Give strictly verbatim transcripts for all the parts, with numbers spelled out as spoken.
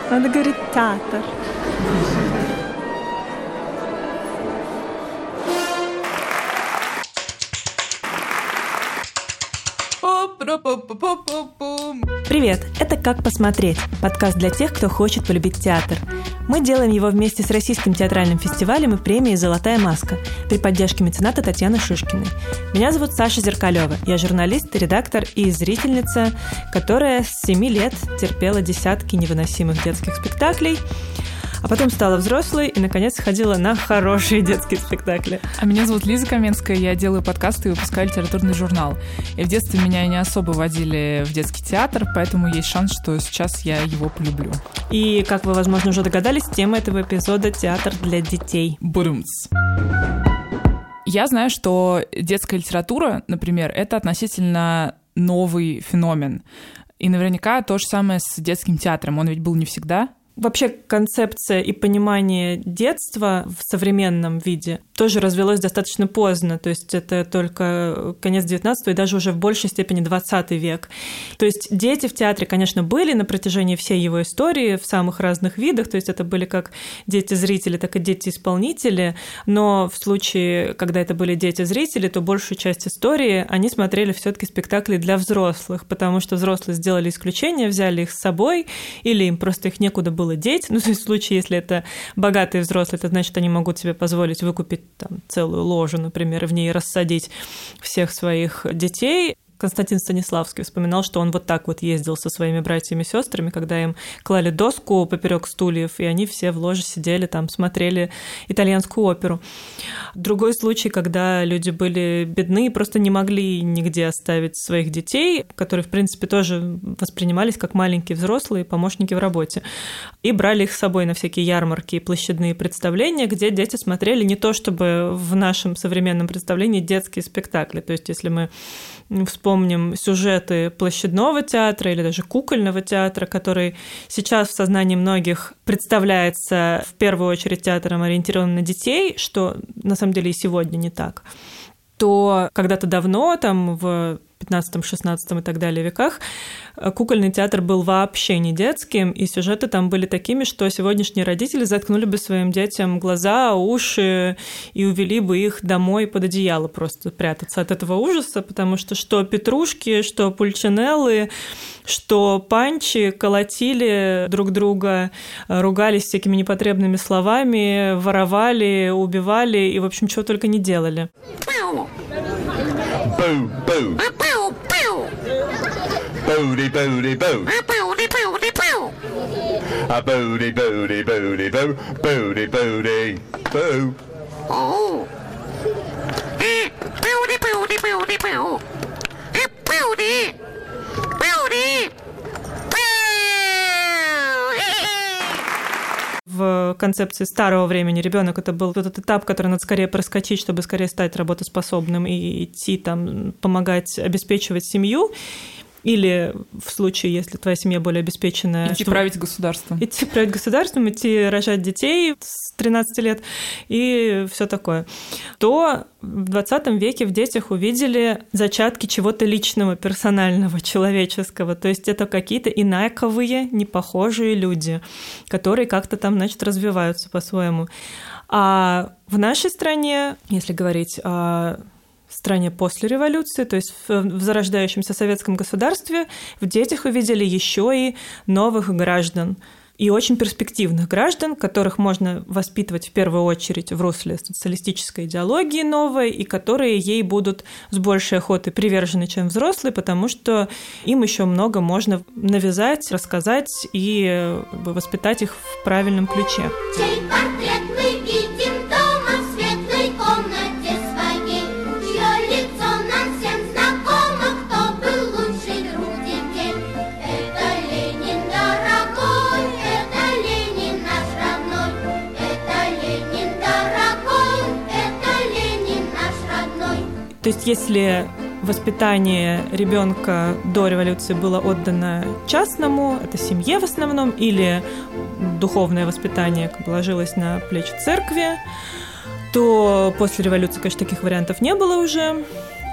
Надо говорить театр. Привет! Это «Как посмотреть» – подкаст для тех, кто хочет полюбить театр. Мы делаем его вместе с Российским театральным фестивалем и премией «Золотая маска» при поддержке мецената Татьяны Шишкиной. Меня зовут Саша Зеркалева. Я журналист, редактор и зрительница, которая с семи лет терпела десятки невыносимых детских спектаклей, а потом стала взрослой и, наконец, ходила на хорошие детские спектакли. А меня зовут Лиза Каменская, я делаю подкасты и выпускаю литературный журнал. И в детстве меня не особо водили в детский театр, поэтому есть шанс, что сейчас я его полюблю. И, как вы, возможно, уже догадались, тема этого эпизода — театр для детей. Бурумс. Я знаю, что детская литература, например, это относительно новый феномен. И наверняка то же самое с детским театром. Он ведь был не всегда. Вообще концепция и понимание детства в современном виде тоже развилось достаточно поздно, то есть это только конец девятнадцатого и даже уже в большей степени двадцатый век. То есть дети в театре, конечно, были на протяжении всей его истории в самых разных видах, то есть это были как дети-зрители, так и дети-исполнители, но в случае, когда это были дети-зрители, то большую часть истории они смотрели все-таки спектакли для взрослых, потому что взрослые сделали исключение, взяли их с собой, или им просто их некуда было было деть. Ну, то есть в случае, если это богатые взрослые, это значит, они могут себе позволить выкупить там целую ложу, например, и в ней рассадить всех своих детей. Константин Станиславский вспоминал, что он вот так вот ездил со своими братьями и сестрами, когда им клали доску поперек стульев, и они все в ложе сидели, там, смотрели итальянскую оперу. Другой случай, когда люди были бедны и просто не могли нигде оставить своих детей, которые, в принципе, тоже воспринимались как маленькие взрослые помощники в работе, и брали их с собой на всякие ярмарки и площадные представления, где дети смотрели не то чтобы в нашем современном представлении детские спектакли. То есть если мы вспомним сюжеты площадного театра или даже кукольного театра, который сейчас в сознании многих представляется в первую очередь театром, ориентированным на детей, что на самом деле и сегодня не так, то когда-то давно, там в пятнадцатом, шестнадцатом и так далее веках, кукольный театр был вообще не детским, и сюжеты там были такими, что сегодняшние родители заткнули бы своим детям глаза, уши и увели бы их домой под одеяло просто прятаться от этого ужаса, потому что что петрушки, что пульчинеллы, что панчи колотили друг друга, ругались всякими непотребными словами, воровали, убивали и, в общем, чего только не делали. Boo, boo. Boo, boo. Booty, booty, boo. Booty, booty, boo. A booty, booty, booty, boo. Booty, booty, boo. Oh. Booty, booty, booty, boo. Booty, booty. В концепции старого времени ребенок это был этот этап, который надо скорее проскочить, чтобы скорее стать работоспособным и идти там, помогать обеспечивать семью. Или в случае, если твоя семья более обеспеченная... Идти что... править государством. Идти править государством, идти рожать детей с тринадцати лет и все такое. То в двадцатом веке в детях увидели зачатки чего-то личного, персонального, человеческого. То есть это какие-то инаковые, непохожие люди, которые как-то там, значит, развиваются по-своему. А в нашей стране, если говорить о стране после революции, то есть в зарождающемся советском государстве, в детях увидели еще и новых граждан. И очень перспективных граждан, которых можно воспитывать в первую очередь в русле социалистической идеологии новой, и которые ей будут с большей охотой привержены, чем взрослые, потому что им еще много можно навязать, рассказать и воспитать их в правильном ключе. Чей портрет мы видим дома в светлой комнате своей, чье лицо нам всем знакомо, кто был лучший друг детей. Это Ленин дорогой, это Ленин наш родной, это Ленин дорогой, это Ленин наш родной. То есть если воспитание ребенка до революции было отдано частному, это семье в основном, или духовное воспитание как бы ложилось на плечи церкви, то после революции, конечно, таких вариантов не было уже.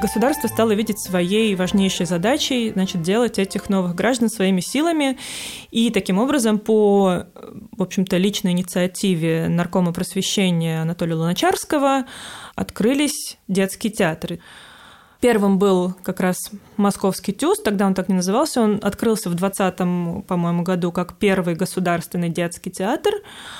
Государство стало видеть своей важнейшей задачей, значит, делать этих новых граждан своими силами. И таким образом, по, в общем-то, личной инициативе наркома просвещения Анатолия Луначарского открылись детские театры. Первым был как раз Московский ТЮЗ, тогда он так не назывался, он открылся в двадцатом, по-моему, году как первый государственный детский театр.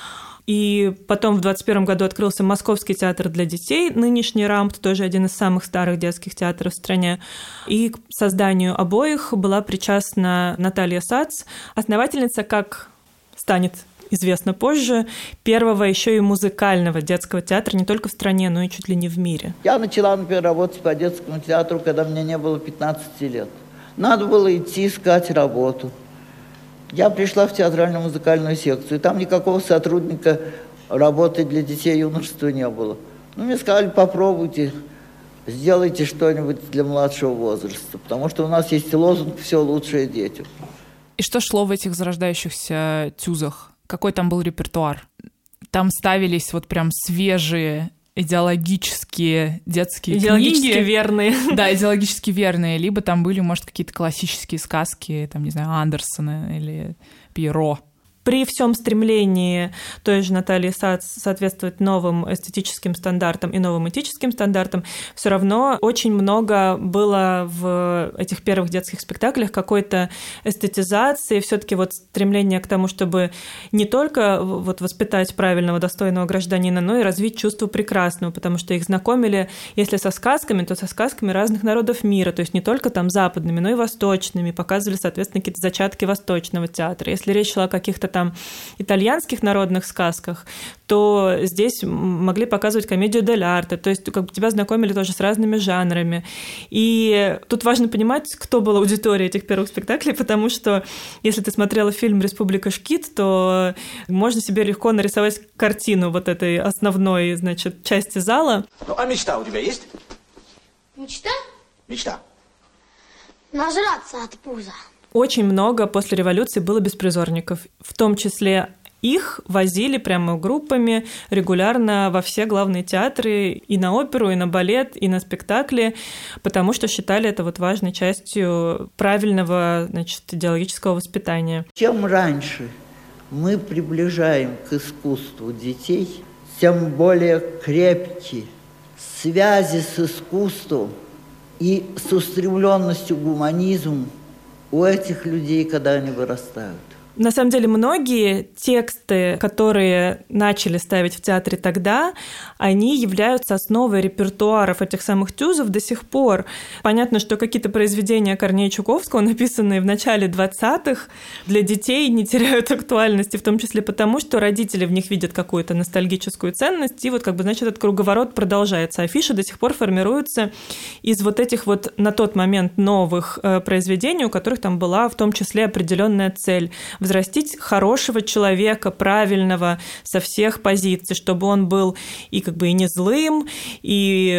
И потом в двадцать первом году открылся Московский театр для детей, нынешний РАМПТ, тоже один из самых старых детских театров в стране. И к созданию обоих была причастна Наталья Сац, основательница, как станет известно позже, первого еще и музыкального детского театра не только в стране, но и чуть ли не в мире. Я начала, например, работать по детскому театру, когда мне не было пятнадцати лет. Надо было идти искать работу. Я пришла в театральную музыкальную секцию, и там никакого сотрудника работы для детей и юношества не было. Ну, мне сказали, попробуйте, сделайте что-нибудь для младшего возраста, потому что у нас есть лозунг «Все лучшее детям». И что шло в этих зарождающихся тюзах? Какой там был репертуар? Там ставились вот прям свежие идеологические детские идеологически книги. верные. Да, идеологически верные. Либо там были, может, какие-то классические сказки, там, не знаю, Андерсона или Пьеро. При всем стремлении той же Натальи Сац соответствовать новым эстетическим стандартам и новым этическим стандартам, все равно очень много было в этих первых детских спектаклях какой-то эстетизации, все-таки вот стремление к тому, чтобы не только вот воспитать правильного, достойного гражданина, но и развить чувство прекрасного, потому что их знакомили, если со сказками, то со сказками разных народов мира, то есть не только там западными, но и восточными, показывали, соответственно, какие-то зачатки восточного театра. Если речь шла о каких-то там итальянских народных сказках, то здесь могли показывать комедию дель арте, то есть как бы тебя знакомили тоже с разными жанрами. И тут важно понимать, кто был аудиторией этих первых спектаклей, потому что если ты смотрела фильм «Республика Шкит», то можно себе легко нарисовать картину вот этой основной, значит, части зала. Ну, а мечта у тебя есть? Мечта? Мечта. Нажраться от пуза. Очень много после революции было беспризорников. В том числе их возили прямо группами регулярно во все главные театры, и на оперу, и на балет, и на спектакли, потому что считали это вот важной частью правильного, значит, идеологического воспитания. Чем раньше мы приближаем к искусству детей, тем более крепкие связи с искусством и с устремленностью к гуманизму у этих людей, когда они вырастают. На самом деле многие тексты, которые начали ставить в театре тогда, они являются основой репертуаров этих самых тюзов до сих пор. Понятно, что какие-то произведения Корнея Чуковского, написанные в начале двадцатых, для детей не теряют актуальности, в том числе потому, что родители в них видят какую-то ностальгическую ценность, и вот как бы, значит, этот круговорот продолжается. Афиши до сих пор формируются из вот этих вот на тот момент новых э, произведений, у которых там была в том числе определенная цель – взрастить хорошего человека, правильного со всех позиций, чтобы он был и как бы и не злым, и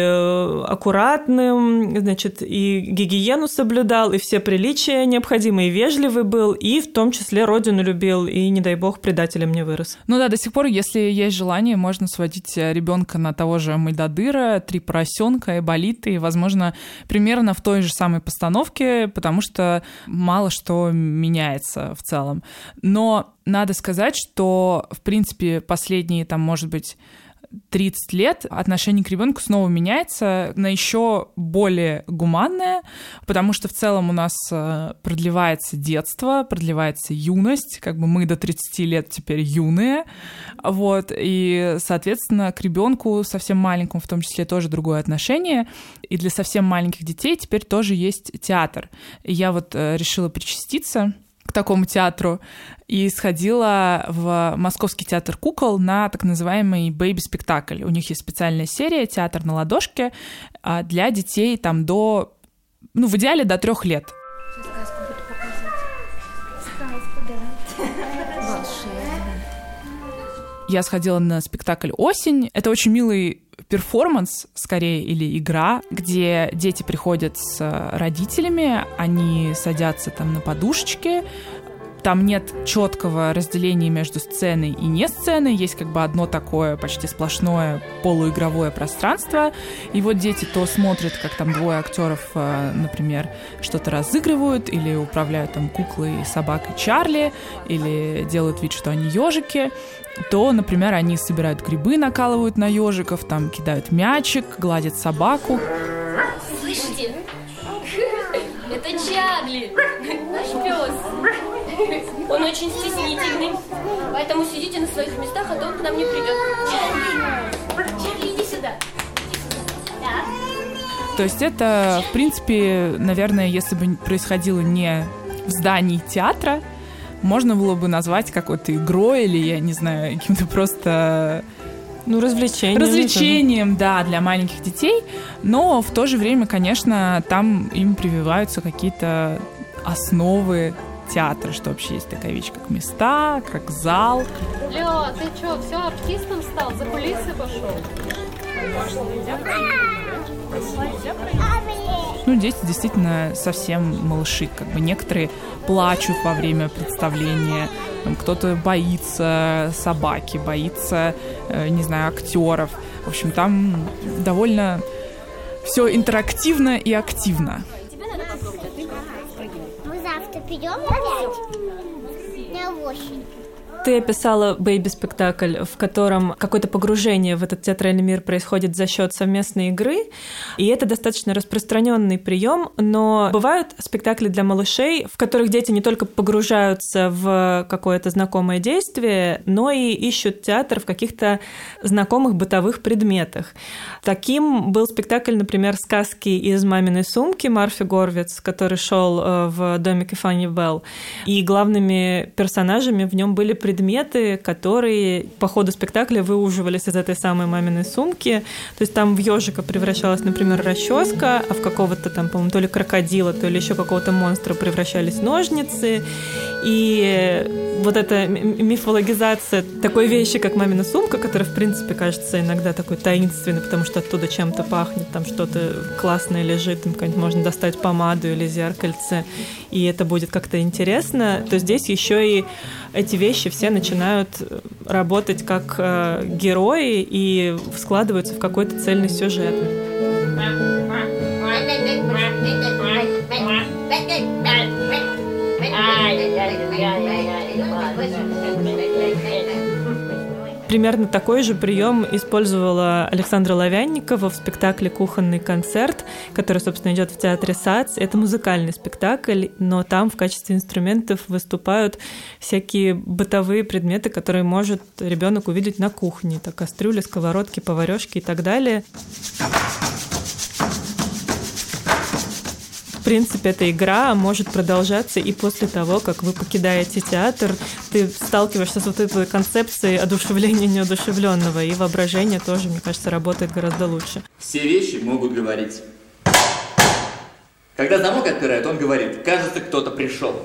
аккуратным, значит, и гигиену соблюдал, и все приличия необходимые, и вежливый был, и в том числе родину любил, и, не дай бог, предателем не вырос. Ну да, до сих пор, если есть желание, можно сводить ребенка на того же Мойдодыра, Три поросенка, Айболиты, и, возможно, примерно в той же самой постановке, потому что мало что меняется в целом. Но надо сказать, что, в принципе, последние, там, может быть, тридцать лет отношение к ребенку снова меняется на еще более гуманное, потому что в целом у нас продлевается детство, продлевается юность, как бы мы до тридцати лет теперь юные, вот, и, соответственно, к ребенку совсем маленькому в том числе тоже другое отношение, и для совсем маленьких детей теперь тоже есть театр. И я вот решила причаститься к такому театру и сходила в Московский театр кукол на так называемый бэйби-спектакль. У них есть специальная серия «Театр на ладошке» для детей там до, ну, в идеале до трех лет. Сказку буду показывать. Сказку, да. Волшебно. Я сходила на спектакль «Осень». Это очень милый перформанс, скорее, или игра, где дети приходят с родителями, они садятся там на подушечке, Там нет четкого разделения между сценой и не сценой, есть как бы одно такое почти сплошное полуигровое пространство. И вот дети то смотрят, как там двое актеров, например, что-то разыгрывают, или управляют там куклой, собакой Чарли, или делают вид, что они ежики, то, например, они собирают грибы, накалывают на ежиков, там кидают мячик, гладят собаку. Слышите? Это Чарли, наш пес. Он очень стеснительный, поэтому сидите на своих местах, а то он к нам не придет. Чарли, Чарли, иди сюда. Так. То есть это, в принципе, наверное, если бы происходило не в здании театра, можно было бы назвать какой-то игрой или, я не знаю, каким-то просто... Ну, развлечением. Развлечением, да, для маленьких детей. Но в то же время, конечно, там им прививаются какие-то основы театра, что вообще есть такая вещь, как места, как зал. Ля, ты что, все артистом стал? За кулисы пошел? Ну, дети действительно совсем малыши. Как бы некоторые плачут во время представления, там, кто-то боится собаки, боится, э, не знаю, актеров. В общем, там довольно все интерактивно и активно. Мы завтра пойдем опять на восемь. Ты описала бэйби-спектакль, в котором какое-то погружение в этот театральный мир происходит за счет совместной игры, и это достаточно распространенный прием, но бывают спектакли для малышей, в которых дети не только погружаются в какое-то знакомое действие, но и ищут театр в каких-то знакомых бытовых предметах. Таким был спектакль, например, «Сказки из маминой сумки» Марфи Горвиц, который шел в домике Фанни Белл, и главными персонажами в нем были предметы, предметы, которые по ходу спектакля выуживались из этой самой маминой сумки. То есть там в ежика превращалась, например, расческа, а в какого-то там, по-моему, то ли крокодила, то ли еще какого-то монстра превращались ножницы. И вот эта мифологизация такой вещи, как мамина сумка, которая, в принципе, кажется иногда такой таинственной, потому что оттуда чем-то пахнет, там что-то классное лежит, там как-нибудь можно достать помаду или зеркальце, и это будет как-то интересно, то здесь еще и эти вещи все начинают работать как э, герои и складываются в какой-то цельный сюжет. Примерно такой же прием использовала Александра Лавянникова в спектакле «Кухонный концерт», который, собственно, идет в театре САЦ. Это музыкальный спектакль, но там в качестве инструментов выступают всякие бытовые предметы, которые может ребенок увидеть на кухне. Это кастрюли, сковородки, поварёшки и так далее. В принципе, эта игра может продолжаться и после того, как вы покидаете театр. Ты сталкиваешься с вот этой концепцией одушевления неодушевленного, и воображение тоже, мне кажется, работает гораздо лучше. Все вещи могут говорить. Когда замок отпирают, он говорит: кажется, кто-то пришел.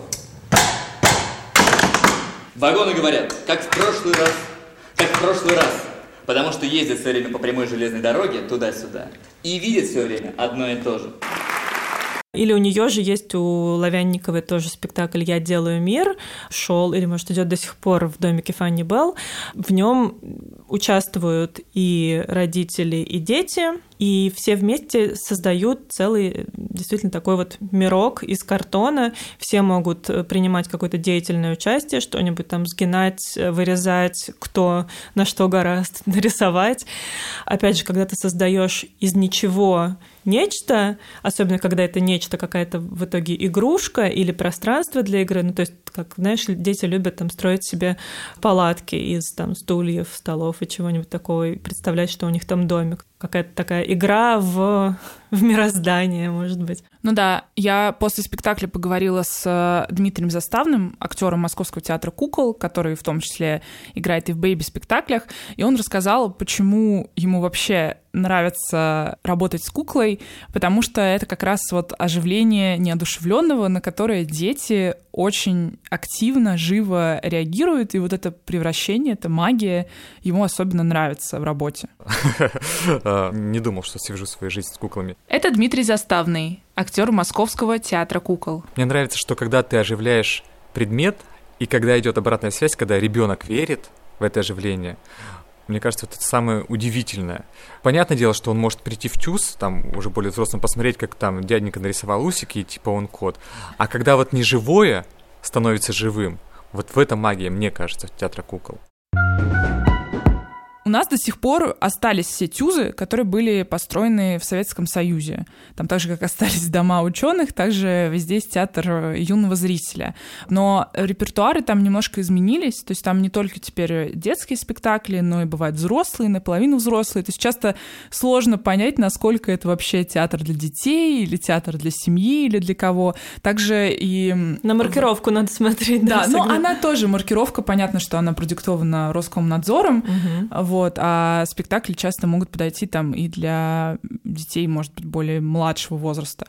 Вагоны говорят: как в прошлый раз, как в прошлый раз. Потому что ездят все время по прямой железной дороге туда-сюда и видят все время одно и то же. Или у нее же есть, у Лавянниковой тоже спектакль «Я делаю мир», шел, или, может, идет до сих пор в домике Фанни Белл. В нем участвуют и родители, и дети, и все вместе создают целый, действительно, такой вот мирок из картона. Все могут принимать какое-то деятельное участие, что-нибудь там сгинать, вырезать, кто на что гораст нарисовать. Опять же, когда ты создаешь из ничего нечто, особенно когда это нечто какая-то в итоге игрушка или пространство для игры, ну то есть, как, знаешь, дети любят там строить себе палатки из там стульев, столов и чего-нибудь такого, и представлять, что у них там домик. Какая-то такая игра в, в мироздание, может быть. Ну да, я после спектакля поговорила с Дмитрием Заставным, актером Московского театра кукол, который в том числе играет и в бэйби-спектаклях, и он рассказал, почему ему вообще нравится работать с куклой, потому что это как раз вот оживление неодушевленного, на которое дети очень активно, живо реагируют, и вот это превращение, эта магия ему особенно нравится в работе. Не думал, что свяжу свою жизнь с куклами. Это Дмитрий Заставный, актер Московского театра кукол. Мне нравится, что когда ты оживляешь предмет И когда идет обратная связь, когда ребенок верит в это оживление, мне кажется, это самое удивительное. Понятное дело, что он может прийти в ТЮЗ, там, уже более взрослым, посмотреть, как там дяденька нарисовал усики, и типа он кот. А когда вот неживое становится живым, вот в этом магия, мне кажется, театра кукол. У нас до сих пор остались все тюзы, которые были построены в Советском Союзе. Там так же, как остались дома ученых, также везде есть театр юного зрителя. Но репертуары там немножко изменились, то есть там не только теперь детские спектакли, но и бывают взрослые, наполовину взрослые. То есть часто сложно понять, насколько это вообще театр для детей, или театр для семьи, или для кого. Также и... На маркировку надо смотреть. Да, да, но она тоже, маркировка, понятно, что она продиктована Роскомнадзором, угу. Вот, а спектакли часто могут подойти там и для детей, может быть, более младшего возраста.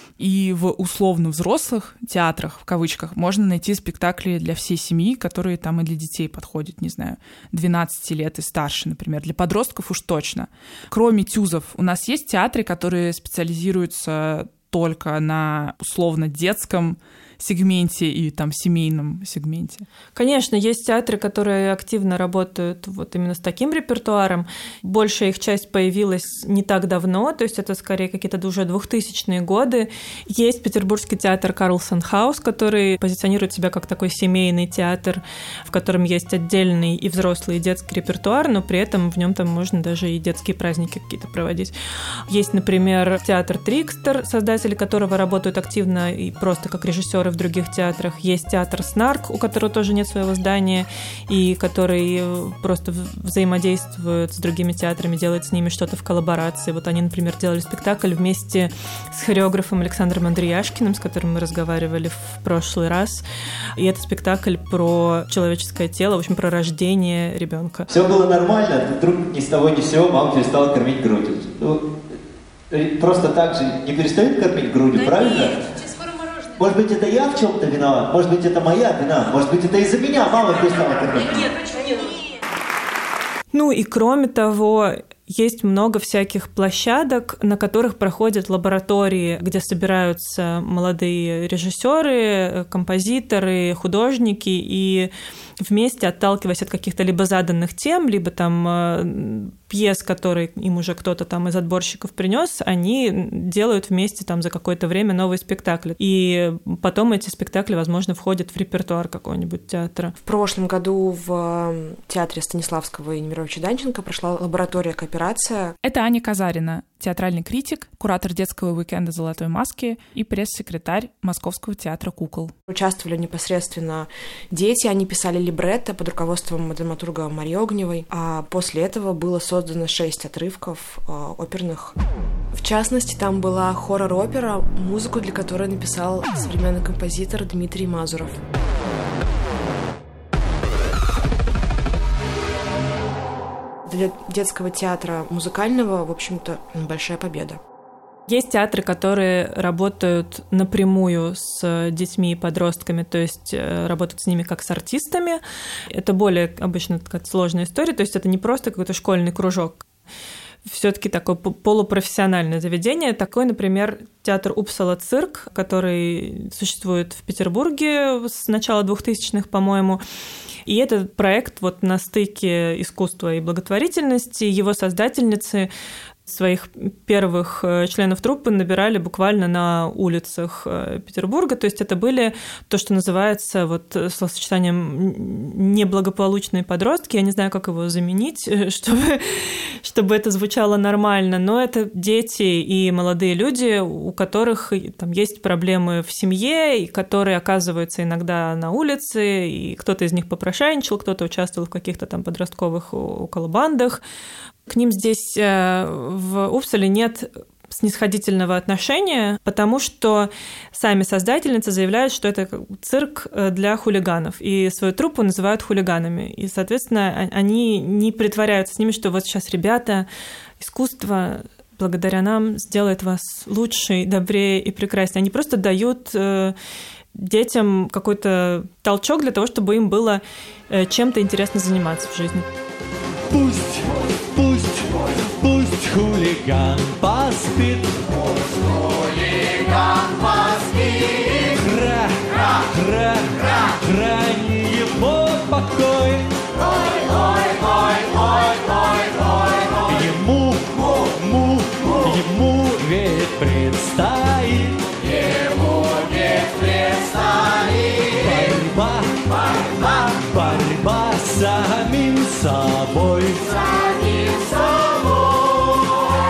И в условно взрослых театрах, в кавычках, можно найти спектакли для всей семьи, которые там и для детей подходят, не знаю, двенадцати лет и старше, например. Для подростков уж точно. Кроме тюзов, у нас есть театры, которые специализируются только на условно детском сегменте и там семейном сегменте. Конечно, есть театры, которые активно работают вот именно с таким репертуаром. Большая их часть появилась не так давно, то есть это скорее какие-то уже двухтысячные годы. Есть Петербургский театр Карлсон Хаус, который позиционирует себя как такой семейный театр, в котором есть отдельный и взрослый, и детский репертуар, но при этом в нем там можно даже и детские праздники какие-то проводить. Есть, например, театр Трикстер, создатели которого работают активно и просто как режиссеры в других театрах. Есть театр Снарк, у которого тоже нет своего здания, и который просто взаимодействует с другими театрами, делает с ними что-то в коллаборации. Вот они, например, делали спектакль вместе с хореографом Александром Андреяшкиным, с которым мы разговаривали в прошлый раз. И это спектакль про человеческое тело, в общем, про рождение ребенка. Все было нормально, вдруг ни с того ни с сего мама перестала кормить грудью. Ну, просто так же не перестают кормить грудью, да правильно? Нет. Может быть, это я в чем-то виноват? Может быть, это моя вина? Может быть, это из-за меня мама перестала кормить? Нет, почему нет? Ну и кроме того, есть много всяких площадок, на которых проходят лаборатории, где собираются молодые режиссеры, композиторы, художники, и вместе, отталкиваясь от каких-то либо заданных тем, либо там пьес, которые им уже кто-то там из отборщиков принес, они делают вместе там за какое-то время новые спектакли. И потом эти спектакли, возможно, входят в репертуар какого-нибудь театра. В прошлом году в театре Станиславского и Немировича Данченко прошла лаборатория «Кооперация». Это Аня Казарина, театральный критик, куратор детского уикенда «Золотой маски» и пресс-секретарь Московского театра кукол. Участвовали непосредственно дети, они писали либретто под руководством драматурга Марии Огневой, а после этого было создано шесть отрывков э, оперных. В частности, там была хоррор-опера, музыку для которой написал современный композитор Дмитрий Мазуров. Для детского театра музыкального, в общем-то, большая победа. Есть театры, которые работают напрямую с детьми и подростками, то есть работают с ними как с артистами. Это более обычно такая сложная история, то есть это не просто какой-то школьный кружок. Все-таки такое полупрофессиональное заведение. Такой, например, театр Упсала Цирк, который существует в Петербурге с начала двухтысячных, по-моему. И этот проект вот на стыке искусства и благотворительности. Его создательницы своих первых членов труппы набирали буквально на улицах Петербурга. То есть это были то, что называется вот словосочетанием «неблагополучные подростки». Я не знаю, как его заменить, чтобы, чтобы это звучало нормально. Но это дети и молодые люди, у которых там есть проблемы в семье, и которые оказываются иногда на улице, и кто-то из них попрошайничал, кто-то участвовал в каких-то там подростковых околобандах. К ним здесь в Упсале нет снисходительного отношения, потому что сами создательницы заявляют, что это цирк для хулиганов, и свою труппу называют хулиганами. И, соответственно, они не притворяются с ними, что вот сейчас ребята, искусство благодаря нам сделает вас лучше, добрее и прекраснее. Они просто дают детям какой-то толчок для того, чтобы им было чем-то интересно заниматься в жизни. Пусть, пусть, пусть хулиган поспит. Пусть хулиган поспит. Хра, хра, хра, хранит борьба, борьба с самим собой. Самим собой.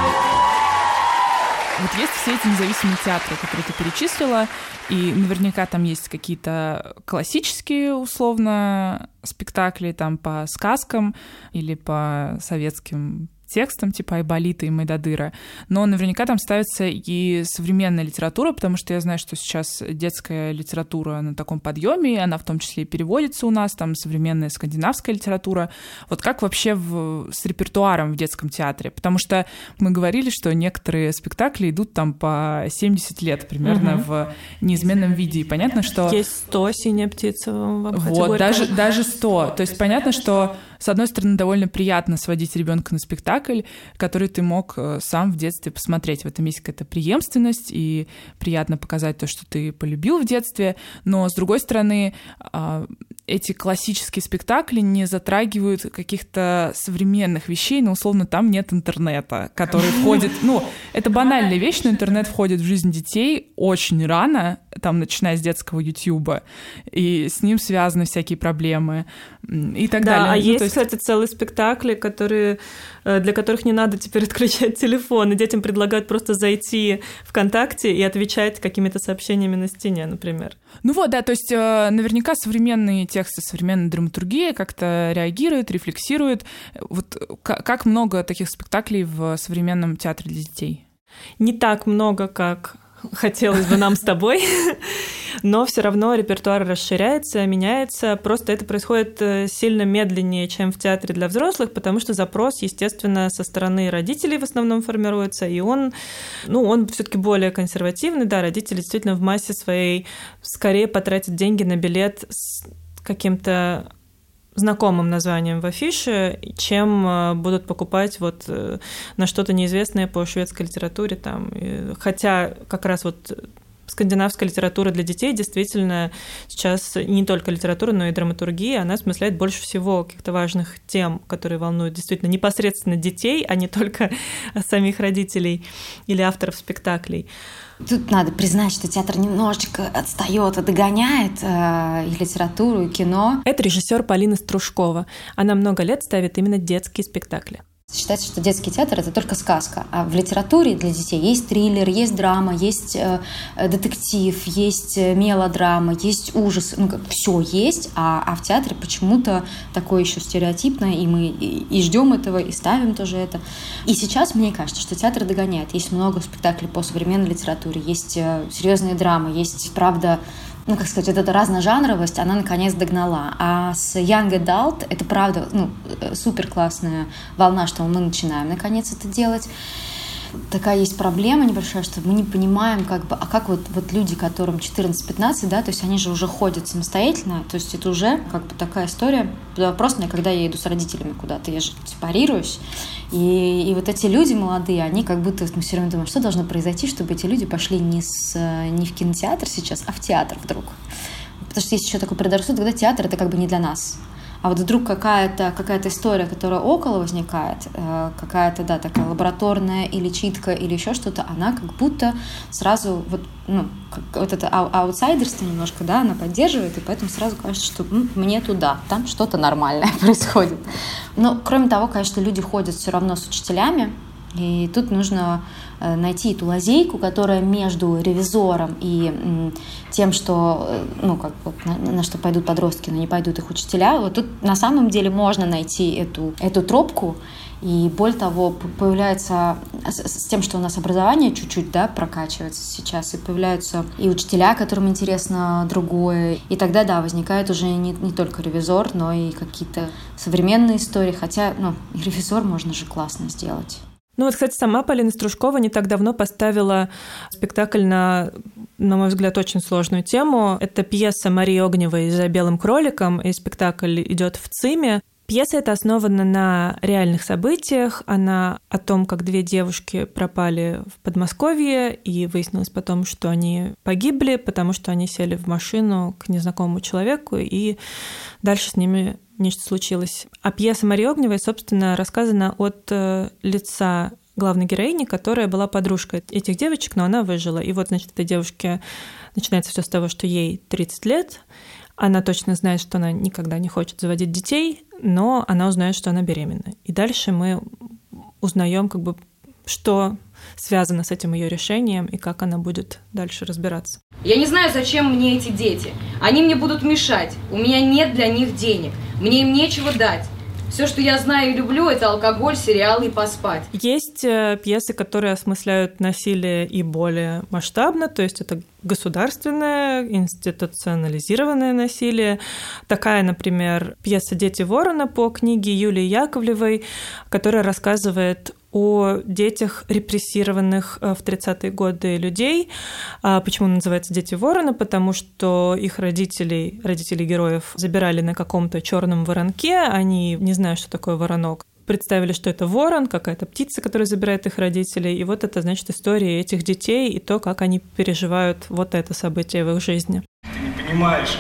Вот есть все эти независимые театры, которые ты перечислила, и наверняка там есть какие-то классические, условно, спектакли там по сказкам или по советским текстом, типа Айболита и Мойдодыра, но наверняка там ставится и современная литература, потому что я знаю, что сейчас детская литература на таком подъеме, она в том числе и переводится у нас, там современная скандинавская литература. Вот как вообще в, с репертуаром в детском театре? Потому что мы говорили, что некоторые спектакли идут там по семьдесят лет примерно угу. в неизменном виде, и понятно, что... Есть сто, «Синяя птица» в Вот, даже, даже сто. То есть понятно, что с одной стороны, довольно приятно сводить ребенка на спектакль, который ты мог сам в детстве посмотреть. В этом есть какая-то преемственность, и приятно показать то, что ты полюбил в детстве. Но, с другой стороны, эти классические спектакли не затрагивают каких-то современных вещей, но, условно, там нет интернета, который входит... Ну, это банальная вещь, но интернет входит в жизнь детей очень рано, там, начиная с детского Ютьюба, и с ним связаны всякие проблемы и так да, далее. А ну, есть, есть, кстати, целые спектакли, которые, для которых не надо теперь отключать телефон, и детям предлагают просто зайти ВКонтакте и отвечать какими-то сообщениями на стене, например. Ну вот, да, то есть наверняка современные тексты, современная драматургия как-то реагируют, рефлексируют. Вот как много таких спектаклей в современном театре для детей? Не так много, как хотелось бы нам с тобой, но все равно репертуар расширяется, меняется. Просто это происходит сильно медленнее, чем в театре для взрослых, потому что запрос, естественно, со стороны родителей в основном формируется, и он, ну, он все-таки более консервативный. Да, родители действительно в массе своей скорее потратят деньги на билет с каким-то знакомым названием в афише, чем будут покупать вот на что-то неизвестное по шведской литературе. Там. Хотя как раз вот скандинавская литература для детей действительно сейчас не только литература, но и драматургия, она осмысляет больше всего каких-то важных тем, которые волнуют действительно непосредственно детей, а не только самих родителей или авторов спектаклей. Тут надо признать, что театр немножечко отстает и догоняет э, и литературу, и кино. Это режиссер Полина Стружкова. Она много лет ставит именно детские спектакли. Считается, что детский театр — это только сказка. А в литературе для детей есть триллер, есть драма, есть э, детектив, есть мелодрама, есть ужас. Ну, как, все есть, а, а в театре почему-то такое еще стереотипное, и мы и, и ждем этого, и ставим тоже это. И сейчас мне кажется, что театр догоняет. Есть много спектаклей по современной литературе, есть э, серьезные драмы, есть, правда, ну, как сказать, вот эта разножанровость, она наконец догнала. А с Young Adult это, правда, ну, супер классная волна, что мы начинаем наконец это делать. Такая есть проблема небольшая, что мы не понимаем, как бы, а как вот, вот люди, которым четырнадцать-пятнадцать, да, то есть они же уже ходят самостоятельно, то есть это уже как бы такая история. Вопрос, когда я иду с родителями куда-то, я же сепарируюсь, и, и вот эти люди молодые, они как будто, мы все время думаем, что должно произойти, чтобы эти люди пошли не, с, не в кинотеатр сейчас, а в театр вдруг. Потому что есть еще такой предрассудок, когда театр — это как бы не для нас. А вот вдруг какая-то, какая-то история, которая около возникает, какая-то, да, такая лабораторная или читка, или еще что-то, она как будто сразу, вот, ну, вот это аутсайдерство немножко, да, она поддерживает, и поэтому сразу кажется, что м, мне туда, там что-то нормальное происходит. Но, кроме того, конечно, люди ходят все равно с учителями, и тут нужно найти эту лазейку, которая между ревизором и тем, что, ну, как бы, на, на что пойдут подростки, но не пойдут их учителя. Вот тут на самом деле можно найти эту, эту тропку. И более того, появляется с, с тем, что у нас образование чуть-чуть, да, прокачивается сейчас, и появляются и учителя, которым интересно другое. И тогда, да, возникает уже не, не только ревизор, но и какие-то современные истории. Хотя, ну, и ревизор можно же классно сделать. Ну вот, кстати, сама Полина Стружкова не так давно поставила спектакль на, на мой взгляд, очень сложную тему. Это пьеса Марии Огневой «За белым кроликом», и спектакль идет в ЦИМе. Пьеса эта основана на реальных событиях. Она о том, как две девушки пропали в Подмосковье, и выяснилось потом, что они погибли, потому что они сели в машину к незнакомому человеку, и дальше с ними нечто случилось. А пьеса Марии Огневой, собственно, рассказана от э, лица главной героини, которая была подружкой этих девочек, но она выжила. И вот, значит, этой девушке начинается все с того, что ей тридцать лет, Она точно знает, что она никогда не хочет заводить детей, но она узнает, что она беременна. И дальше мы узнаем, как бы, что связано с этим ее решением и как она будет дальше разбираться. Я не знаю, зачем мне эти дети. Они мне будут мешать. У меня нет для них денег. Мне им нечего дать. Все, что я знаю и люблю, это алкоголь, сериалы и поспать. Есть пьесы, которые осмысляют насилие и более масштабно, то есть это государственное, институционализированное насилие. Такая, например, пьеса «Дети ворона» по книге Юлии Яковлевой, которая рассказывает о детях репрессированных в тридцатые годы людей. Почему она называется «Дети ворона»? Потому что их родителей, родителей героев, забирали на каком-то черном воронке, они не знают, что такое воронок. Представили, что это ворон, какая-то птица, которая забирает их родителей. И вот это, значит, история этих детей и то, как они переживают вот это событие в их жизни. Ты не понимаешь,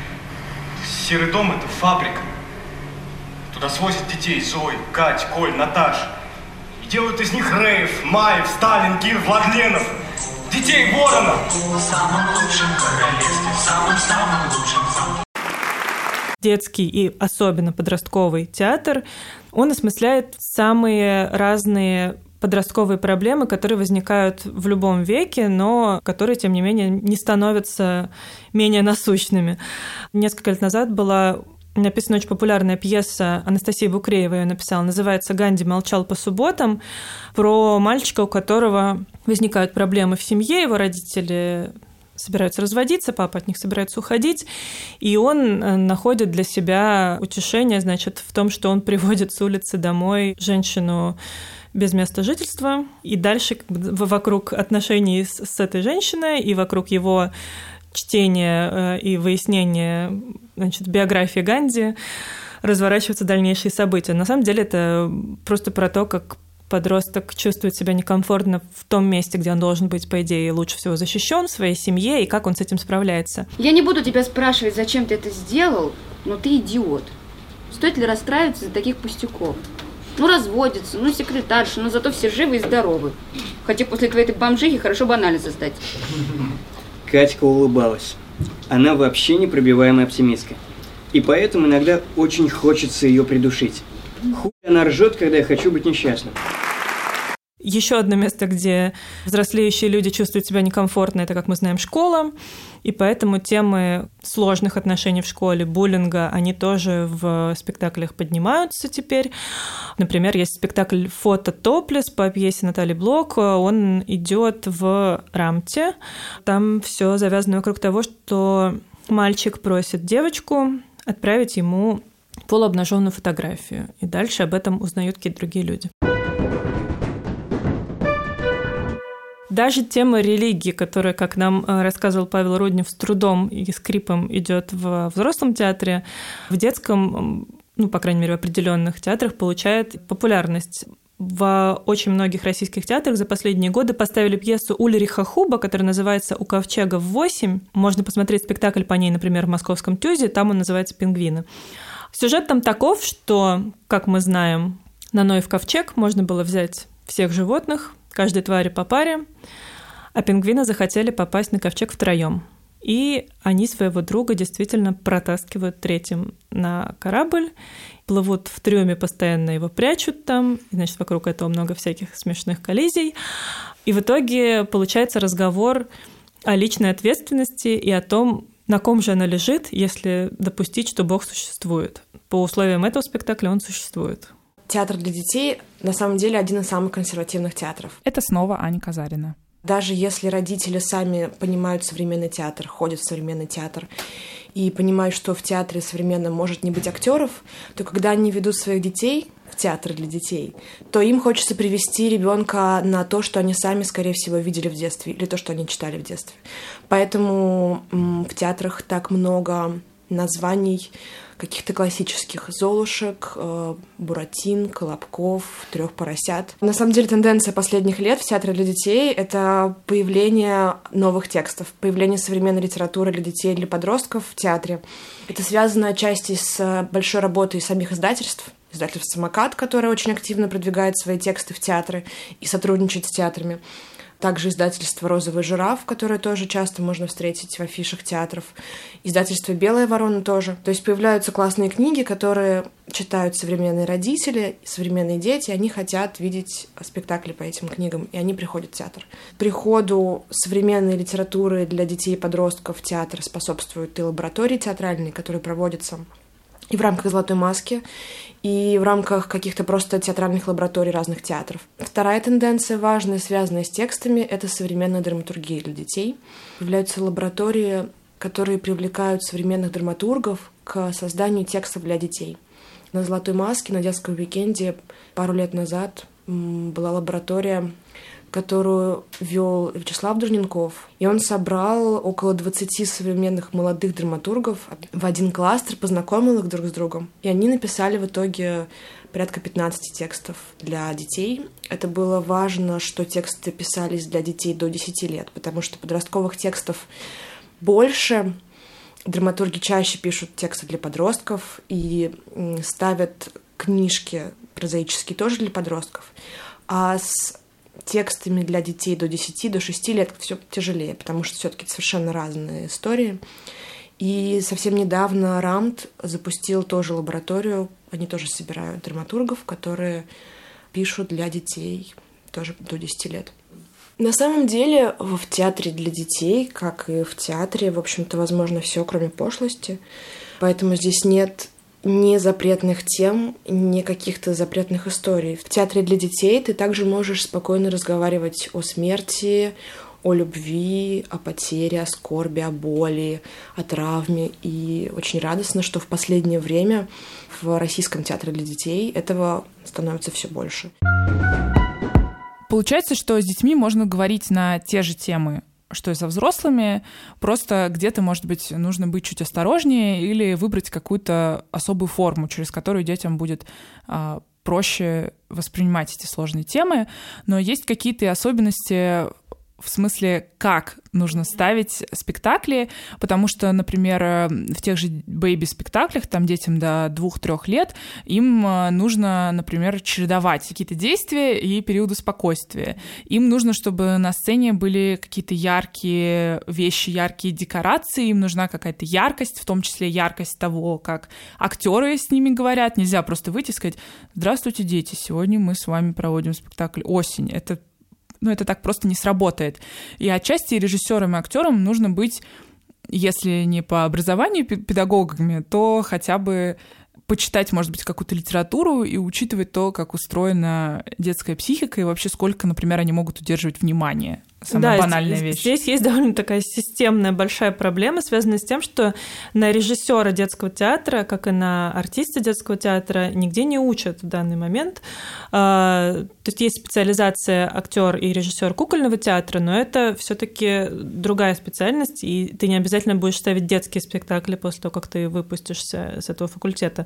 серый дом — это фабрика. Туда свозят детей: Зой, Кать, Коль, Наташ. И делают из них Рейв, Маев, Сталин, Кир, Владленов. Детей ворона! В самом лучшем королевстве, в самом-самом лучшем. Детский и особенно подростковый театр, он осмысляет самые разные подростковые проблемы, которые возникают в любом веке, но которые, тем не менее, не становятся менее насущными. Несколько лет назад была написана очень популярная пьеса, Анастасия Букреева ее написала, называется «Ганди молчал по субботам», про мальчика, у которого возникают проблемы в семье, его родители собираются разводиться, папа от них собирается уходить, и он находит для себя утешение, значит, в том, что он приводит с улицы домой женщину без места жительства, и дальше как бы вокруг отношений с, с этой женщиной и вокруг его чтения и выяснения, значит, биографии Ганди разворачиваются дальнейшие события. На самом деле это просто про то, как подросток чувствует себя некомфортно в том месте, где он должен быть, по идее, лучше всего защищен в своей семье, и как он с этим справляется. Я не буду тебя спрашивать, зачем ты это сделал, но ты идиот. Стоит ли расстраиваться из-за таких пустяков? Ну, разводятся, ну, секретарша, но зато все живы и здоровы. Хотя после твоей этой бомжихи хорошо бы анализы сдать. Катька улыбалась. Она вообще непробиваемая оптимистка. И поэтому иногда очень хочется ее придушить. Хуй она ржет, когда я хочу быть несчастным. Еще одно место, где взрослеющие люди чувствуют себя некомфортно, это, как мы знаем, школа. И поэтому темы сложных отношений в школе, буллинга, они тоже в спектаклях поднимаются теперь. Например, есть спектакль «Фото топлес» по пьесе Натальи Блок. Он идет в Рамте. Там все завязано вокруг того, что мальчик просит девочку отправить ему полуобнаженную фотографию. И дальше об этом узнают какие-то другие люди. Даже тема религии, которая, как нам рассказывал Павел Руднев, с трудом и скрипом идет в взрослом театре, в детском, ну, по крайней мере, в определенных театрах получает популярность. В очень многих российских театрах за последние годы поставили пьесу Ульриха Хуба, которая называется «У ковчега в восемь». Можно посмотреть спектакль по ней, например, в Московском ТЮЗе, там он называется «Пингвины». Сюжет там таков, что, как мы знаем, на Ноев ковчег можно было взять всех животных, каждой твари по паре, а пингвины захотели попасть на ковчег втроем. И они своего друга действительно протаскивают третьим на корабль, плывут в трюме, постоянно его прячут там, и, значит, вокруг этого много всяких смешных коллизий. И в итоге получается разговор о личной ответственности и о том, на ком же она лежит, если допустить, что Бог существует. По условиям этого спектакля он существует. Театр для детей на самом деле один из самых консервативных театров. Это снова Аня Казарина. Даже если родители сами понимают современный театр, ходят в современный театр и понимают, что в театре современном может не быть актеров, то когда они ведут своих детей в театр для детей, то им хочется привести ребенка на то, что они сами, скорее всего, видели в детстве, или то, что они читали в детстве. Поэтому в театрах так много названий каких-то классических «Золушек», «Буратин», «Колобков», «Трех поросят». На самом деле тенденция последних лет в театре для детей — это появление новых текстов, появление современной литературы для детей и для подростков в театре. Это связано отчасти с большой работой самих издательств, издательство «Самокат», которое очень активно продвигает свои тексты в театры и сотрудничает с театрами. Также издательство «Розовый жираф», которое тоже часто можно встретить в афишах театров. Издательство «Белая ворона» тоже. То есть появляются классные книги, которые читают современные родители, современные дети, они хотят видеть спектакли по этим книгам, и они приходят в театр. Приходу современной литературы для детей и подростков в театр способствуют и лаборатории театральные, которые проводятся и в рамках «Золотой маски», и в рамках каких-то просто театральных лабораторий разных театров. Вторая тенденция, важная, связанная с текстами, это современная драматургия для детей. Появляются лаборатории, которые привлекают современных драматургов к созданию текстов для детей. На «Золотой маске», на детском уикенде пару лет назад была лаборатория, которую вел Вячеслав Дурненков. И он собрал около двадцати современных молодых драматургов в один кластер, познакомил их друг с другом. И они написали в итоге порядка пятнадцати текстов для детей. Это было важно, что тексты писались для детей до десяти лет, потому что подростковых текстов больше. Драматурги чаще пишут тексты для подростков и ставят книжки прозаические тоже для подростков. А с текстами для детей до десяти, до шести лет все тяжелее, потому что все-таки это совершенно разные истории. И совсем недавно РАМТ запустил тоже лабораторию, они тоже собирают драматургов, которые пишут для детей тоже до десяти лет. На самом деле в театре для детей, как и в театре, в общем-то, возможно все, кроме пошлости. Поэтому здесь нет ни запретных тем, ни каких-то запретных историй. В театре для детей ты также можешь спокойно разговаривать о смерти, о любви, о потере, о скорби, о боли, о травме. И очень радостно, что в последнее время в Российском театре для детей этого становится все больше. Получается, что с детьми можно говорить на те же темы, что и со взрослыми, просто где-то, может быть, нужно быть чуть осторожнее или выбрать какую-то особую форму, через которую детям будет а, проще воспринимать эти сложные темы. Но есть какие-то особенности в смысле, как нужно ставить спектакли, потому что, например, в тех же бэйби-спектаклях, там детям до двух-трех лет, им нужно, например, чередовать какие-то действия и периоды спокойствия. Им нужно, чтобы на сцене были какие-то яркие вещи, яркие декорации, им нужна какая-то яркость, в том числе яркость того, как актеры с ними говорят. Нельзя просто выйти и сказать: «Здравствуйте, дети, сегодня мы с вами проводим спектакль «Осень». Это Ну, это так просто не сработает. И отчасти режиссерам и актерам нужно быть, если не по образованию педагогами, то хотя бы почитать, может быть, какую-то литературу и учитывать то, как устроена детская психика и вообще сколько, например, они могут удерживать внимание. Самая да, банальная здесь, вещь. Здесь есть довольно такая системная большая проблема, связанная с тем, что на режиссера детского театра, как и на артиста детского театра, нигде не учат в данный момент. То есть есть специализация актер и режиссер кукольного театра, но это все-таки другая специальность, и ты не обязательно будешь ставить детские спектакли после того, как ты выпустишься с этого факультета.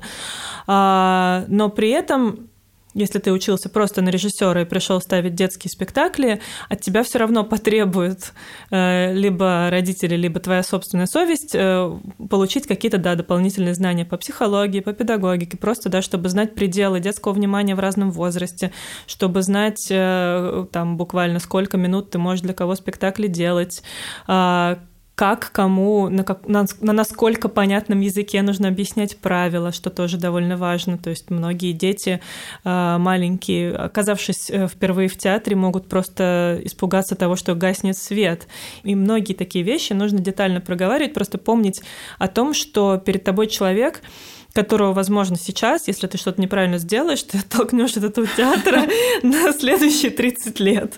Но при этом, если ты учился просто на режиссера и пришел ставить детские спектакли, от тебя все равно потребуют э, либо родители, либо твоя собственная совесть э, получить какие-то, да, дополнительные знания по психологии, по педагогике, просто, да, чтобы знать пределы детского внимания в разном возрасте, чтобы знать э, там буквально сколько минут ты можешь для кого спектакли делать, э, как, кому, на, как, на, на насколько понятном языке нужно объяснять правила, что тоже довольно важно. То есть многие дети э, маленькие, оказавшись впервые в театре, могут просто испугаться того, что гаснет свет. И многие такие вещи нужно детально проговаривать, просто помнить о том, что перед тобой человек, которого, возможно, сейчас, если ты что-то неправильно сделаешь, ты оттолкнешь от этого театра на следующие тридцать лет.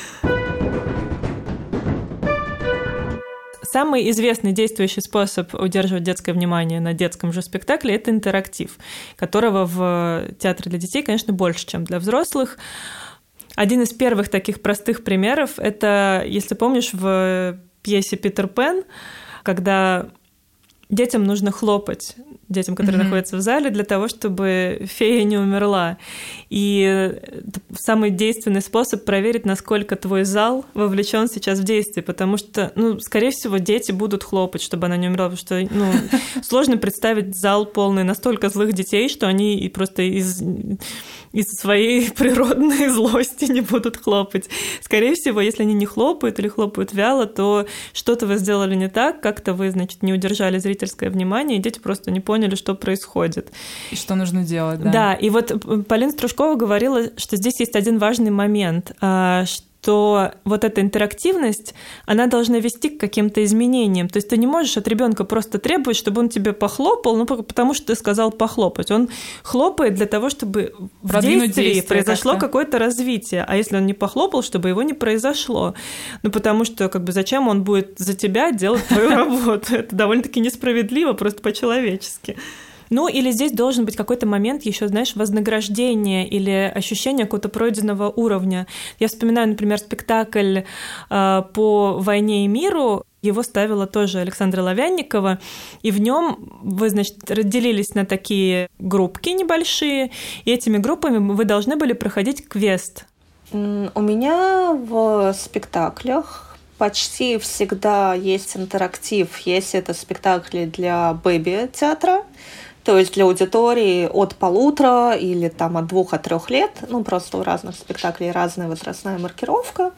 Самый известный действующий способ удерживать детское внимание на детском же спектакле – это интерактив, которого в театре для детей, конечно, больше, чем для взрослых. Один из первых таких простых примеров – это, если помнишь, в пьесе «Питер Пэн», когда детям нужно хлопать детям, которые mm-hmm. находятся в зале, для того, чтобы фея не умерла. И самый действенный способ проверить, насколько твой зал вовлечен сейчас в действие, потому что, ну, скорее всего, дети будут хлопать, чтобы она не умерла, потому что, ну, сложно представить зал полный настолько злых детей, что они и просто из, из своей природной злости не будут хлопать. Скорее всего, если они не хлопают или хлопают вяло, то что-то вы сделали не так, как-то вы, значит, не удержали зрительское внимание, и дети просто не поняли, что происходит. И что нужно делать, да? Да, и вот Полина Стружкова говорила, что здесь есть один важный момент, что вот эта интерактивность, она должна вести к каким-то изменениям. То есть ты не можешь от ребенка просто требовать, чтобы он тебе похлопал, ну, потому что ты сказал похлопать. Он хлопает для того, чтобы в действии произошло как-то какое-то развитие. А если он не похлопал, чтобы его не произошло. Ну, потому что как бы зачем он будет за тебя делать твою работу? Это довольно-таки несправедливо, просто по-человечески. Ну, или здесь должен быть какой-то момент еще, знаешь, вознаграждения или ощущения какого-то пройденного уровня. Я вспоминаю, например, спектакль э, по «Войне и миру». Его ставила тоже Александра Лавянникова, и в нем вы, значит, разделились на такие группки небольшие, и этими группами вы должны были проходить квест. У меня в спектаклях почти всегда есть интерактив, если это спектакли для бэби-театра, то есть для аудитории от полутора или там от двух, от трех лет. Ну, просто у разных спектаклей разная возрастная маркировка.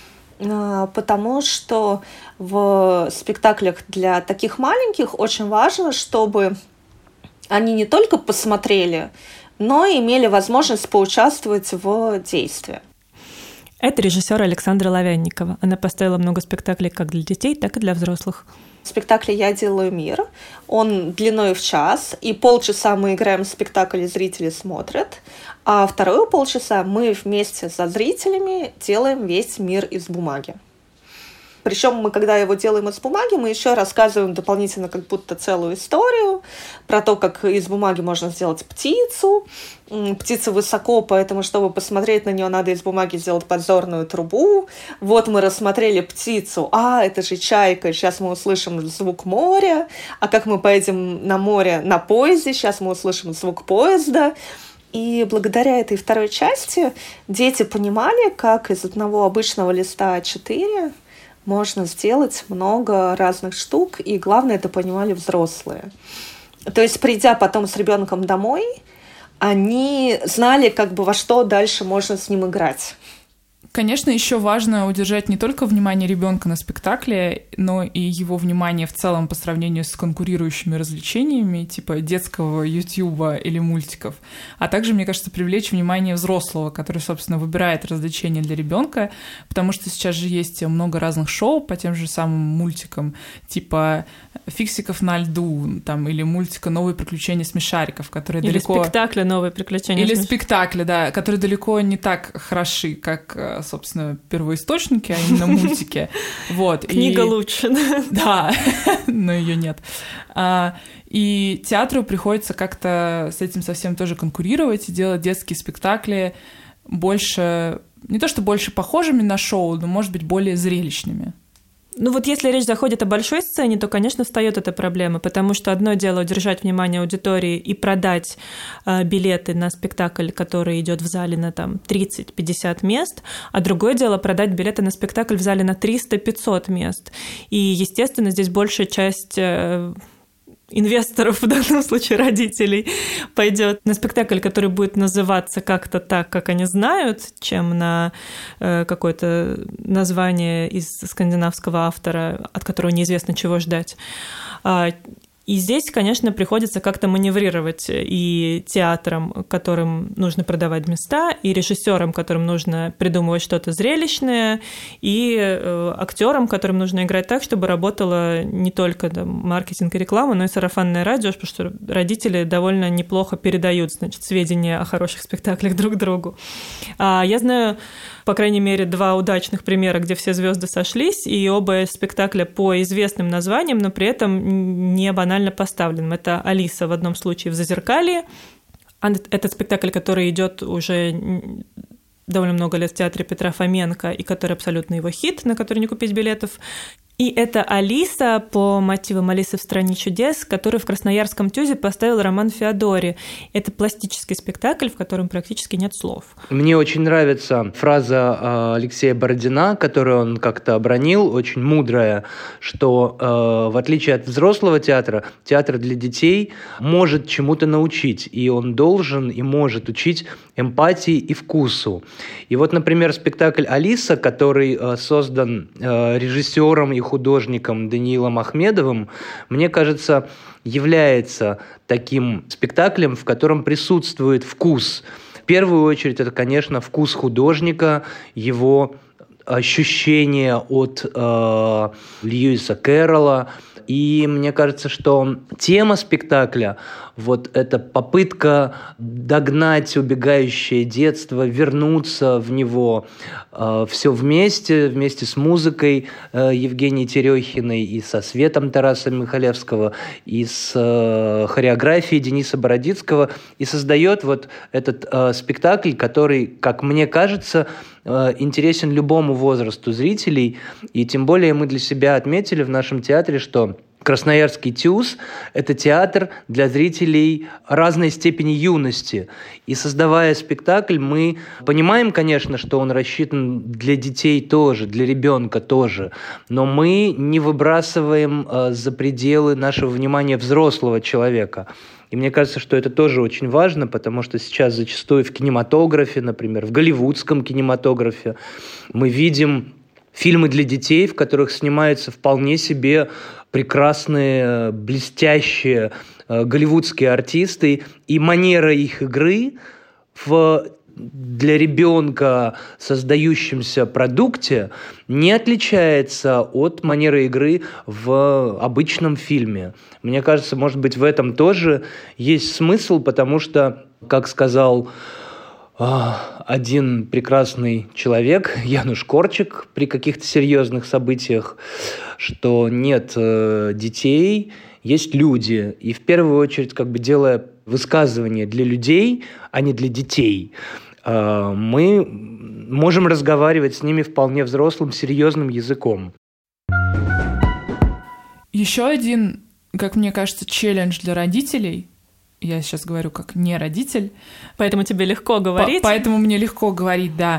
Потому что в спектаклях для таких маленьких очень важно, чтобы они не только посмотрели, но и имели возможность поучаствовать в действии. Это режиссер Александра Лавянникова. Она поставила много спектаклей как для детей, так и для взрослых. В спектакле «Я делаю мир». Он длиной в час, и полчаса мы играем в спектакль, и зрители смотрят, а второе полчаса мы вместе со зрителями делаем весь мир из бумаги. Причем мы, когда его делаем из бумаги, мы еще рассказываем дополнительно как будто целую историю про то, как из бумаги можно сделать птицу. Птица высоко, поэтому, чтобы посмотреть на нее, надо из бумаги сделать подзорную трубу. Вот мы рассмотрели птицу. А, это же чайка. Сейчас мы услышим звук моря. А как мы поедем на море на поезде? Сейчас мы услышим звук поезда. И благодаря этой второй части дети понимали, как из одного обычного листа а четыре можно сделать много разных штук, и главное, это понимали взрослые. То есть, придя потом с ребенком домой, они знали, как бы во что дальше можно с ним играть. Конечно, еще важно удержать не только внимание ребенка на спектакле, но и его внимание в целом по сравнению с конкурирующими развлечениями, типа детского ютуба или мультиков. А также, мне кажется, привлечь внимание взрослого, который, собственно, выбирает развлечения для ребенка, потому что сейчас же есть много разных шоу по тем же самым мультикам, типа «Фиксиков на льду», там, или мультика «Новые приключения смешариков», которые или далеко... Или спектакля «Новые приключения Или смеш... спектакля, да, которые далеко не так хороши, как, собственно, первоисточники, а именно мультики. Вот. Книга и... лучше. Да, но ее нет. А, и театру приходится как-то с этим совсем тоже конкурировать и делать детские спектакли больше, не то что больше похожими на шоу, но, может быть, более зрелищными. Ну вот если речь заходит о большой сцене, то, конечно, встает эта проблема, потому что одно дело удержать внимание аудитории и продать э, билеты на спектакль, который идет в зале на там тридцать-пятьдесят мест, а другое дело продать билеты на спектакль в зале на триста-пятьсот мест. И, естественно, здесь большая часть... Э, инвесторов, в данном случае родителей, пойдет на спектакль, который будет называться как-то так, как они знают, чем на э, какое-то название из скандинавского автора, от которого неизвестно, чего ждать. И здесь, конечно, приходится как-то маневрировать и театрам, которым нужно продавать места, и режиссерам, которым нужно придумывать что-то зрелищное, и э, актерам, которым нужно играть так, чтобы работало не только там, маркетинг и реклама, но и сарафанное радио, потому что родители довольно неплохо передают, значит, сведения о хороших спектаклях друг другу. А я знаю, по крайней мере, два удачных примера, где все звезды сошлись, и оба спектакля по известным названиям, но при этом не банально поставленным. Это «Алиса» в одном случае в «Зазеркалье». Это спектакль, который идет уже довольно много лет в театре Петра Фоменко, и который абсолютно его хит, на который не купить билетов. И это «Алиса» по мотивам «Алисы в стране чудес», который в Красноярском ТЮЗе поставил Роман Феодори. Это пластический спектакль, в котором практически нет слов. Мне очень нравится фраза Алексея Бородина, которую он как-то обронил, очень мудрая, что э, в отличие от взрослого театра, театр для детей может чему-то научить, и он должен и может учить эмпатии и вкусу. И вот, например, спектакль «Алиса», который э, создан э, режиссером и художником Даниилом Ахмедовым, мне кажется, является таким спектаклем, в котором присутствует вкус. В первую очередь, это, конечно, вкус художника, его ощущение от э, Льюиса Кэрролла. И мне кажется, что тема спектакля, вот эта попытка догнать убегающее детство, вернуться в него, э, все вместе, вместе с музыкой э, Евгении Терехиной и со светом Тараса Михалевского, и с э, хореографией Дениса Бородицкого, и создает вот этот э, спектакль, который, как мне кажется, э, интересен любому возрасту зрителей, и тем более мы для себя отметили в нашем театре, что Красноярский ТЮЗ – это театр для зрителей разной степени юности. И создавая спектакль, мы понимаем, конечно, что он рассчитан для детей тоже, для ребенка тоже, но мы не выбрасываем э, за пределы нашего внимания взрослого человека. И мне кажется, что это тоже очень важно, потому что сейчас зачастую в кинематографе, например, в голливудском кинематографе, мы видим фильмы для детей, в которых снимаются вполне себе прекрасные, блестящие э, голливудские артисты, и манера их игры в, для ребенка создающемся продукте не отличается от манеры игры в обычном фильме. Мне кажется, может быть, в этом тоже есть смысл, потому что, как сказал один прекрасный человек, Януш Корчик, при каких-то серьезных событиях, что нет э, детей, есть люди. И в первую очередь, как бы делая высказывание для людей, а не для детей, э, мы можем разговаривать с ними вполне взрослым, серьезным языком. Еще один, как мне кажется, челлендж для родителей. Я сейчас говорю как не родитель. Поэтому тебе легко говорить. По- поэтому мне легко говорить, да.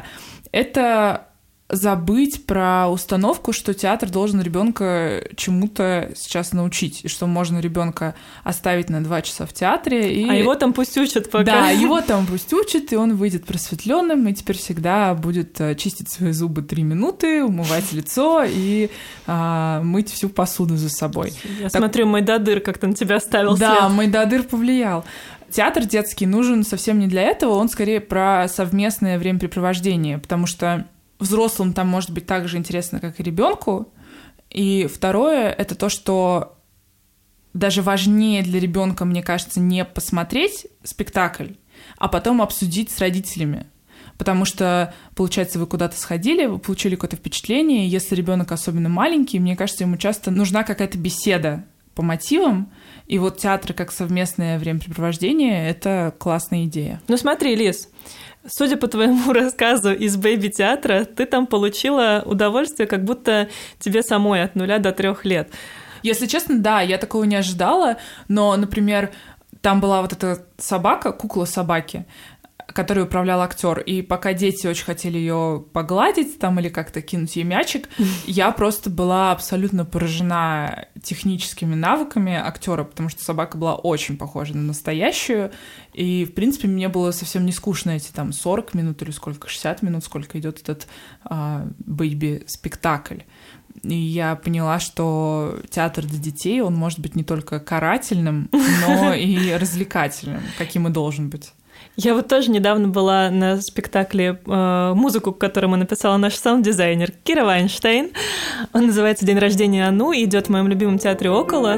Это забыть про установку, что театр должен ребенка чему-то сейчас научить, и что можно ребенка оставить на два часа в театре. И... А его там пусть учат пока. Да, его там пусть учат, и он выйдет просветленным, и теперь всегда будет чистить свои зубы три минуты, умывать лицо и а, мыть всю посуду за собой. Я так... смотрю, Майдадыр как-то на тебя оставил след. Да, Майдадыр повлиял. Театр детский нужен совсем не для этого, он скорее про совместное времяпрепровождение, потому что взрослым там может быть так же интересно, как и ребенку. И второе — это то, что даже важнее для ребенка, мне кажется, не посмотреть спектакль, а потом обсудить с родителями. Потому что, получается, вы куда-то сходили, вы получили какое-то впечатление, и если ребенок особенно маленький, мне кажется, ему часто нужна какая-то беседа по мотивам, и вот театр как совместное времяпрепровождение — это классная идея. Ну смотри, Лиз, судя по твоему рассказу из бэйби-театра, ты там получила удовольствие, как будто тебе самой от нуля до трех лет. Если честно, да, я такого не ожидала, но, например, там была вот эта собака, кукла собаки, которой управлял актер, и пока дети очень хотели ее погладить там или как-то кинуть ей мячик, я просто была абсолютно поражена техническими навыками актера, потому что собака была очень похожа на настоящую, и, в принципе, мне было совсем не скучно эти там сорок минут или сколько, шестьдесят минут, сколько идет этот а, бэйби-спектакль. И я поняла, что театр для детей, он может быть не только карательным, но и развлекательным, каким и должен быть. Я вот тоже недавно была на спектакле, э, музыку, которому написала наш саунд-дизайнер Кира Вайнштейн. Он называется «День рождения Ану» и идет в моем любимом театре «Около».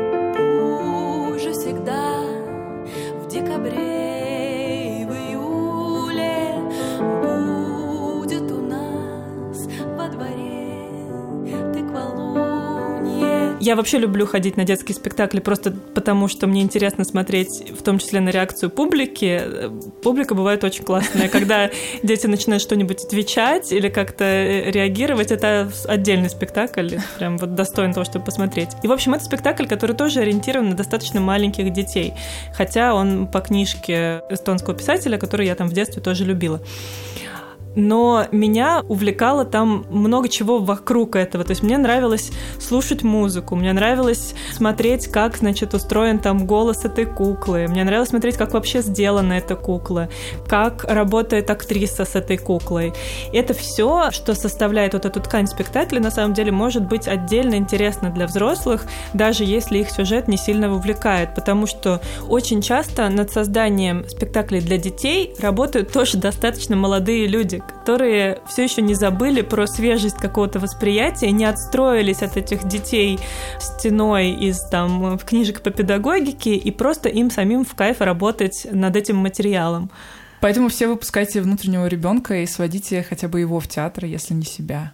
Уже всегда в декабре и в июле будет у нас во дворе тыквалунье. Я вообще люблю ходить на детские спектакли просто потому, что мне интересно смотреть, в том числе на реакцию публики. Публика бывает очень классная. Когда дети начинают что-нибудь отвечать или как-то реагировать, это отдельный спектакль, прям вот достоин того, чтобы посмотреть. И, в общем, это спектакль, который тоже ориентирован на достаточно маленьких детей, хотя он по книжке эстонского писателя, который я там в детстве тоже любила. Но меня увлекало там много чего вокруг этого. То есть мне нравилось слушать музыку, мне нравилось смотреть, как, значит, устроен там голос этой куклы, мне нравилось смотреть, как вообще сделана эта кукла, как работает актриса с этой куклой. Это все, что составляет вот эту ткань спектакля, на самом деле может быть отдельно интересно для взрослых, даже если их сюжет не сильно вовлекает, потому что очень часто над созданием спектаклей для детей работают тоже достаточно молодые люди, которые все еще не забыли про свежесть какого-то восприятия, не отстроились от этих детей стеной из там книжек по педагогике, и просто им самим в кайф работать над этим материалом. Поэтому все выпускайте внутреннего ребенка и сводите хотя бы его в театр, если не себя.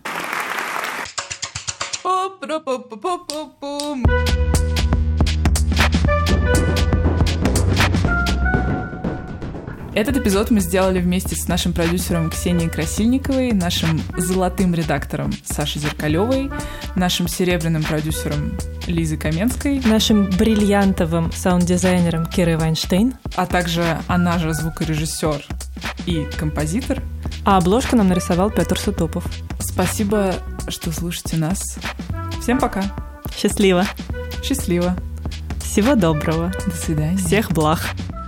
Этот эпизод мы сделали вместе с нашим продюсером Ксенией Красильниковой, нашим золотым редактором Сашей Зеркалевой, нашим серебряным продюсером Лизой Каменской, нашим бриллиантовым саунд-дизайнером Кирой Вайнштейн, а также она же звукорежиссер и композитор. А обложку нам нарисовал Петр Сутопов. Спасибо, что слушаете нас. Всем пока. Счастливо. Счастливо. Всего доброго. До свидания. Всех благ.